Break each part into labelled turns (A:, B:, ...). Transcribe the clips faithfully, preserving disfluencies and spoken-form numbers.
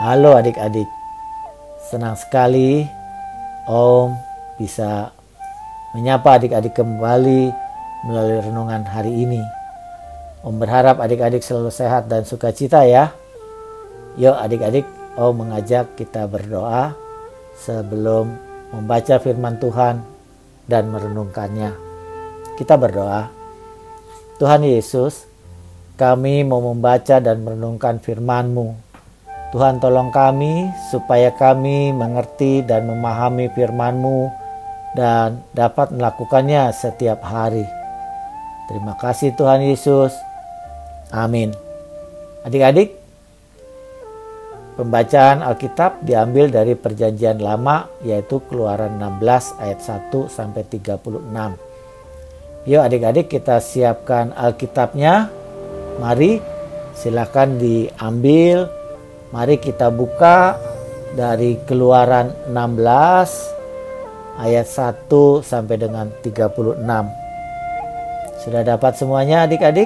A: Halo adik-adik, senang sekali Om bisa menyapa adik-adik kembali melalui renungan hari ini. Om berharap adik-adik selalu sehat dan sukacita ya. Yuk adik-adik, Om mengajak kita berdoa sebelum membaca firman Tuhan dan merenungkannya. Kita berdoa. Tuhan Yesus, kami mau membaca dan merenungkan firman-Mu. Tuhan tolong kami supaya kami mengerti dan memahami firman-Mu dan dapat melakukannya setiap hari. Terima kasih Tuhan Yesus. Amin. Adik-adik, pembacaan Alkitab diambil dari Perjanjian Lama, yaitu Keluaran enam belas ayat satu sampai tiga puluh enam. Yuk adik-adik, kita siapkan Alkitabnya. Mari silakan diambil. Mari kita buka dari Keluaran enam belas ayat satu sampai dengan tiga puluh enam. Sudah dapat semuanya adik-adik?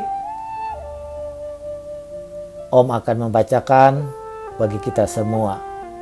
A: Om akan membacakan bagi kita semua.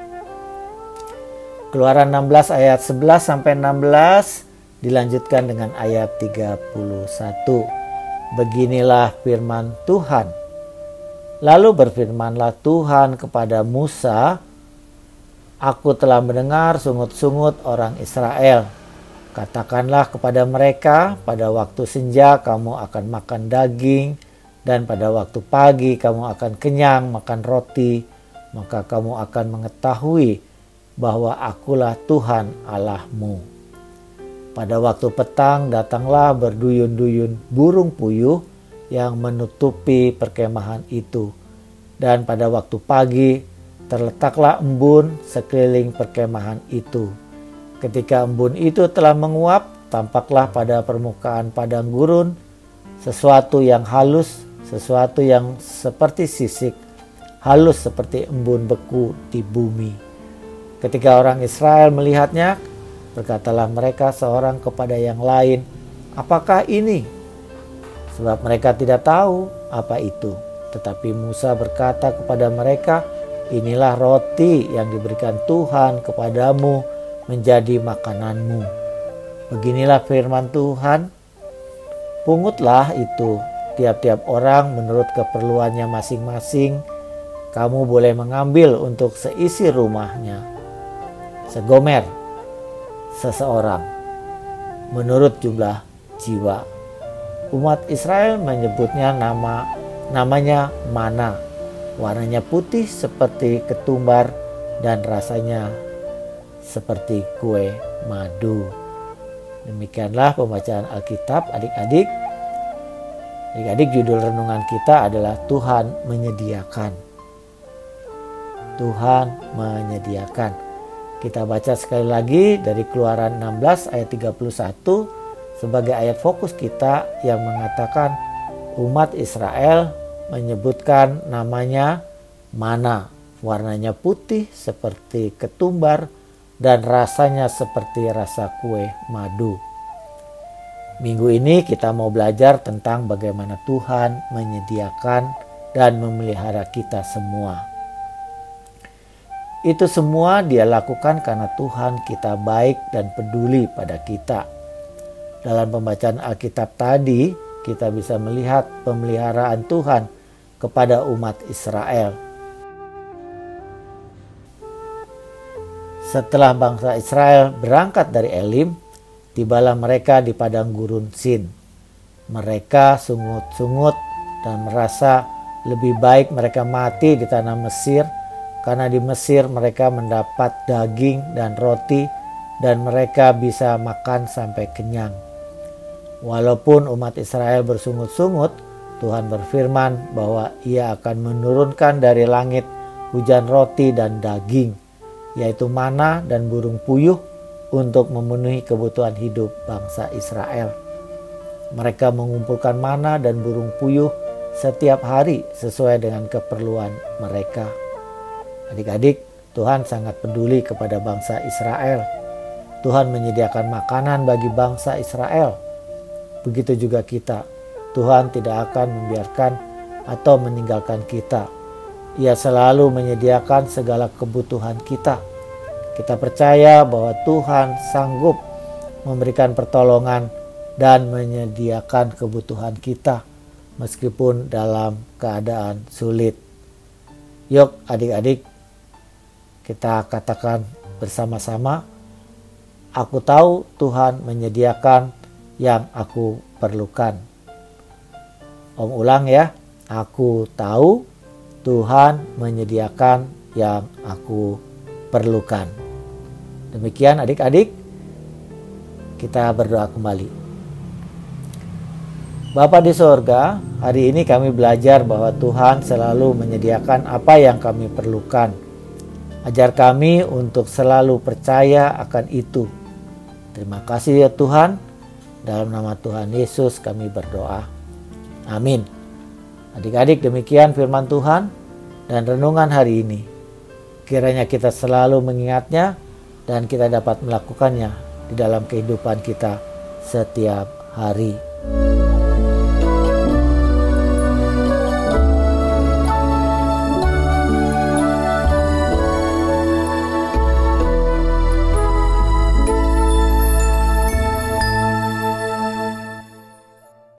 A: Keluaran enam belas ayat sebelas sampai enam belas dilanjutkan dengan ayat tiga puluh satu. Beginilah firman Tuhan. Lalu berfirmanlah Tuhan kepada Musa, Aku telah mendengar sungut-sungut orang Israel. Katakanlah kepada mereka, pada waktu senja kamu akan makan daging, dan pada waktu pagi kamu akan kenyang makan roti, maka kamu akan mengetahui bahwa akulah Tuhan Allahmu. Pada waktu petang datanglah berduyun-duyun burung puyuh yang menutupi perkemahan itu. Dan pada waktu pagi terletaklah embun sekeliling perkemahan itu. Ketika embun itu telah menguap, tampaklah pada permukaan padang gurun sesuatu yang halus, sesuatu yang seperti sisik, halus seperti embun beku di bumi. Ketika orang Israel melihatnya, berkatalah mereka seorang kepada yang lain, apakah ini? Sebab mereka tidak tahu apa itu. Tetapi Musa berkata kepada mereka, inilah roti yang diberikan Tuhan kepadamu menjadi makananmu. Beginilah firman Tuhan, pungutlah itu tiap-tiap orang menurut keperluannya masing-masing. Kamu boleh mengambil untuk seisi rumahnya, segomer seseorang, menurut jumlah jiwa. Umat Israel menyebutnya nama namanya mana. Warnanya putih seperti ketumbar dan rasanya seperti kue madu. Demikianlah pembacaan Alkitab adik-adik. Adik-adik, judul renungan kita adalah Tuhan menyediakan. Tuhan menyediakan. Kita baca sekali lagi dari Keluaran enam belas ayat tiga puluh satu sebagai ayat fokus kita yang mengatakan umat Israel menyebutkan namanya mana. Warnanya putih seperti ketumbar dan rasanya seperti rasa kue madu. Minggu ini kita mau belajar tentang bagaimana Tuhan menyediakan dan memelihara kita semua. Itu semua Dia lakukan karena Tuhan kita baik dan peduli pada kita. Dalam pembacaan Alkitab tadi, kita bisa melihat pemeliharaan Tuhan kepada umat Israel. Setelah bangsa Israel berangkat dari Elim, tibalah mereka di padang gurun Sin. Mereka sungut-sungut dan merasa lebih baik mereka mati di tanah Mesir, karena di Mesir mereka mendapat daging dan roti dan mereka bisa makan sampai kenyang. Walaupun umat Israel bersungut-sungut, Tuhan berfirman bahwa Ia akan menurunkan dari langit hujan roti dan daging, yaitu mana dan burung puyuh untuk memenuhi kebutuhan hidup bangsa Israel. Mereka mengumpulkan mana dan burung puyuh setiap hari sesuai dengan keperluan mereka. Adik-adik, Tuhan sangat peduli kepada bangsa Israel. Tuhan menyediakan makanan bagi bangsa Israel. Begitu juga kita. Tuhan tidak akan membiarkan atau meninggalkan kita. Ia selalu menyediakan segala kebutuhan kita. Kita percaya bahwa Tuhan sanggup memberikan pertolongan dan menyediakan kebutuhan kita meskipun dalam keadaan sulit. Yuk adik-adik, kita katakan bersama-sama, aku tahu Tuhan menyediakan yang aku perlukan. Om ulang ya, aku tahu Tuhan menyediakan yang aku perlukan. Demikian adik-adik, kita berdoa kembali. Bapa di sorga, hari ini kami belajar bahwa Tuhan selalu menyediakan apa yang kami perlukan. Ajar kami untuk selalu percaya akan itu. Terima kasih ya Tuhan. Dalam nama Tuhan Yesus kami berdoa. Amin. Adik-adik, demikian firman Tuhan dan renungan hari ini. Kiranya kita selalu mengingatnya dan kita dapat melakukannya di dalam kehidupan kita setiap hari.